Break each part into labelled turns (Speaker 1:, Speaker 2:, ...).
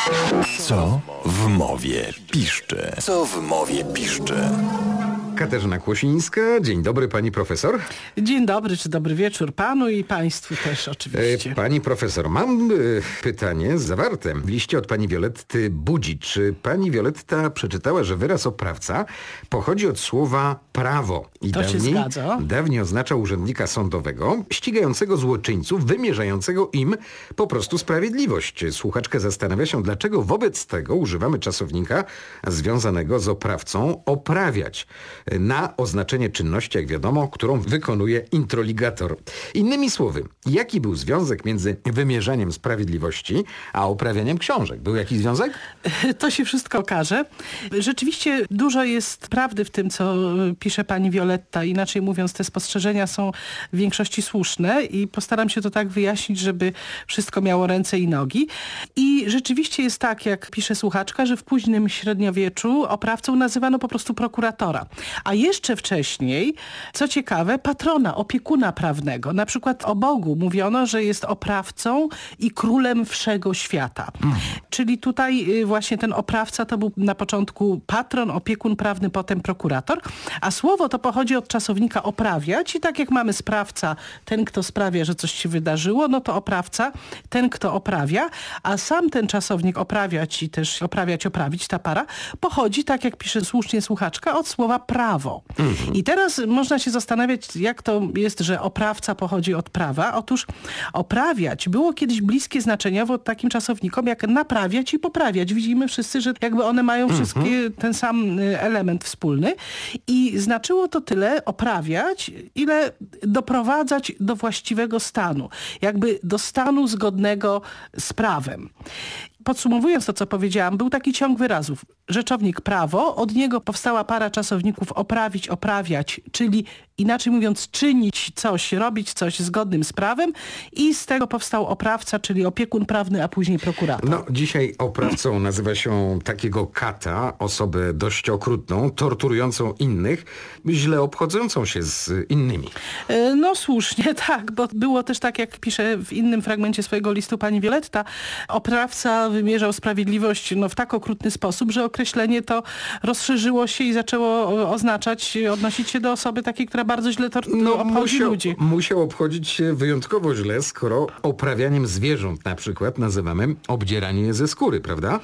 Speaker 1: Co w mowie piszczy? Co w mowie piszczy?
Speaker 2: Katarzyna Kłosińska. Dzień dobry, pani profesor.
Speaker 3: Dzień dobry, czy dobry wieczór panu i państwu też oczywiście.
Speaker 2: Pani profesor, mam pytanie zawarte w liście od pani Violetty Budzi. Czy pani Violetta przeczytała, że wyraz oprawca pochodzi od słowa prawo i
Speaker 3: To się zgadza.
Speaker 2: dawniej oznaczał urzędnika sądowego ścigającego złoczyńców, wymierzającego im po prostu sprawiedliwość. Słuchaczka zastanawia się, dlaczego wobec tego używamy czasownika związanego z oprawcą oprawiać na oznaczenie czynności, jak wiadomo, którą wykonuje introligator. Innymi słowy, jaki był związek między wymierzaniem sprawiedliwości a oprawianiem książek? Był jakiś związek?
Speaker 3: To się wszystko okaże. Rzeczywiście dużo jest prawdy w tym, co pisze pani Violetta. Inaczej mówiąc, te spostrzeżenia są w większości słuszne i postaram się to tak wyjaśnić, żeby wszystko miało ręce i nogi. I rzeczywiście jest tak, jak pisze słuchaczka, że w późnym średniowieczu oprawcą nazywano po prostu prokuratora. A jeszcze wcześniej, co ciekawe, patrona, opiekuna prawnego. Na przykład o Bogu mówiono, że jest oprawcą i królem wszego świata. Czyli tutaj właśnie ten oprawca to był na początku patron, opiekun prawny, potem prokurator. A słowo to pochodzi od czasownika oprawiać i tak jak mamy sprawca, ten kto sprawia, że coś się wydarzyło, no to oprawca, ten kto oprawia, a sam ten czasownik oprawiać i też oprawiać, oprawić, ta para, pochodzi, tak jak pisze słusznie słuchaczka, od słowa prawo. I teraz można się zastanawiać, jak to jest, że oprawca pochodzi od prawa. Otóż oprawiać było kiedyś bliskie znaczeniowo takim czasownikom, jak naprawiać i poprawiać. Widzimy wszyscy, że jakby one mają wszystkie ten sam element wspólny. I znaczyło to tyle oprawiać, ile doprowadzać do właściwego stanu. Jakby do stanu zgodnego z prawem. Podsumowując to, co powiedziałam, był taki ciąg wyrazów. Rzeczownik prawo, od niego powstała para czasowników oprawić, oprawiać, czyli inaczej mówiąc czynić coś, robić coś zgodnym z prawem i z tego powstał oprawca, czyli opiekun prawny, a później prokurator.
Speaker 2: No, dzisiaj oprawcą nazywa się takiego kata, osobę dość okrutną, torturującą innych, źle obchodzącą się z innymi.
Speaker 3: No słusznie, tak, bo było też tak, jak pisze w innym fragmencie swojego listu pani Violetta, oprawca wymierzał sprawiedliwość w tak okrutny sposób, że określenie to rozszerzyło się i zaczęło oznaczać, odnosić się do osoby takiej, która bardzo źle obchodzi ludzi.
Speaker 2: Musiał obchodzić się wyjątkowo źle, skoro oprawianiem zwierząt na przykład nazywamy obdzieranie je ze skóry, prawda?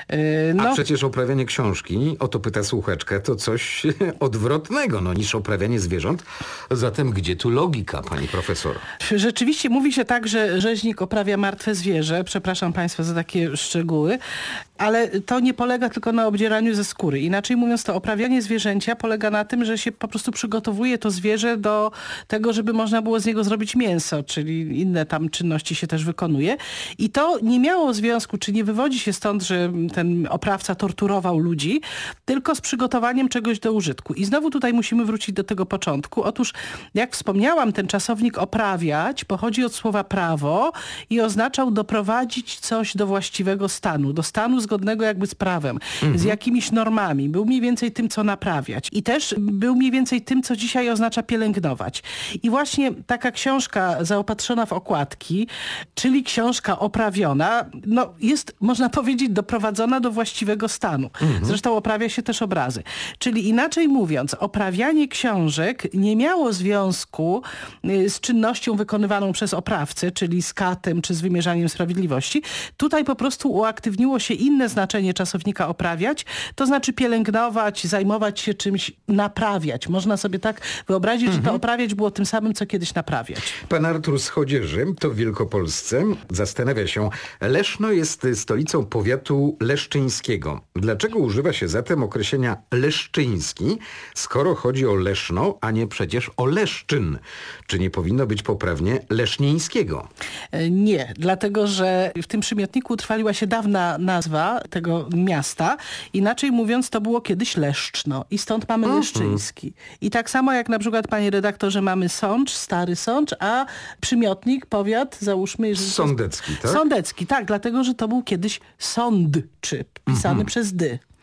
Speaker 2: A przecież oprawianie książki, o to pyta słuchaczka, to coś odwrotnego niż oprawianie zwierząt. Zatem gdzie tu logika, pani profesor?
Speaker 3: Rzeczywiście mówi się tak, że rzeźnik oprawia martwe zwierzę. Przepraszam państwa za takie szczegóły. Ale to nie polega tylko na obdzieraniu ze skóry. Inaczej mówiąc, to oprawianie zwierzęcia polega na tym, że się po prostu przygotowuje to zwierzę do tego, żeby można było z niego zrobić mięso, czyli inne tam czynności się też wykonuje. I to nie miało związku, czy nie wywodzi się stąd, że ten oprawca torturował ludzi, tylko z przygotowaniem czegoś do użytku. I znowu tutaj musimy wrócić do tego początku. Otóż, jak wspomniałam, ten czasownik oprawiać pochodzi od słowa prawo i oznaczał doprowadzić coś do właściwego stanu, do stanu zgodnego jakby z prawem, z jakimiś normami. Był mniej więcej tym, co naprawiać. I też był mniej więcej tym, co dzisiaj oznacza pielęgnować. I właśnie taka książka zaopatrzona w okładki, czyli książka oprawiona, jest, można powiedzieć, doprowadzona do właściwego stanu. Zresztą oprawia się też obrazy. Czyli inaczej mówiąc, oprawianie książek nie miało związku z czynnością wykonywaną przez oprawcę, czyli z katem, czy z wymierzaniem sprawiedliwości. Tutaj po prostu uaktywniło się inne znaczenie czasownika oprawiać, to znaczy pielęgnować, zajmować się czymś, naprawiać. Można sobie tak wyobrazić, że to oprawiać było tym samym, co kiedyś naprawiać.
Speaker 2: Pan Artur z Chodzieży, to w Wielkopolsce, zastanawia się, Leszno jest stolicą powiatu leszczyńskiego. Dlaczego używa się zatem określenia leszczyński, skoro chodzi o Leszno, a nie przecież o Leszczyn? Czy nie powinno być poprawnie lesznieńskiego?
Speaker 3: Nie, dlatego że w tym przymiotniku utrwaliła się dawna nazwa tego miasta. Inaczej mówiąc, to było kiedyś Leszczno i stąd mamy Leszczyński. I tak samo jak na przykład, panie redaktorze, mamy Sącz, Stary Sącz, a przymiotnik, powiat, załóżmy...
Speaker 2: Sądecki, tak?
Speaker 3: Sądecki, tak, dlatego że to był kiedyś Sądczyk, pisany przez dy.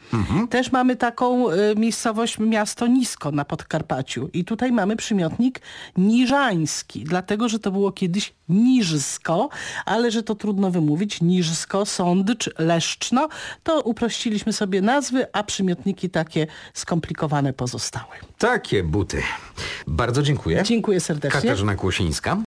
Speaker 3: Też mamy taką miejscowość, miasto Nisko na Podkarpaciu. I tutaj mamy przymiotnik niżański, dlatego, że to było kiedyś Niżsko, ale że to trudno wymówić. Niżsko, Sądcz, Leszczno. To uprościliśmy sobie nazwy, a przymiotniki takie skomplikowane pozostały.
Speaker 2: Takie buty. Bardzo dziękuję.
Speaker 3: Dziękuję serdecznie.
Speaker 2: Katarzyna Kłosińska.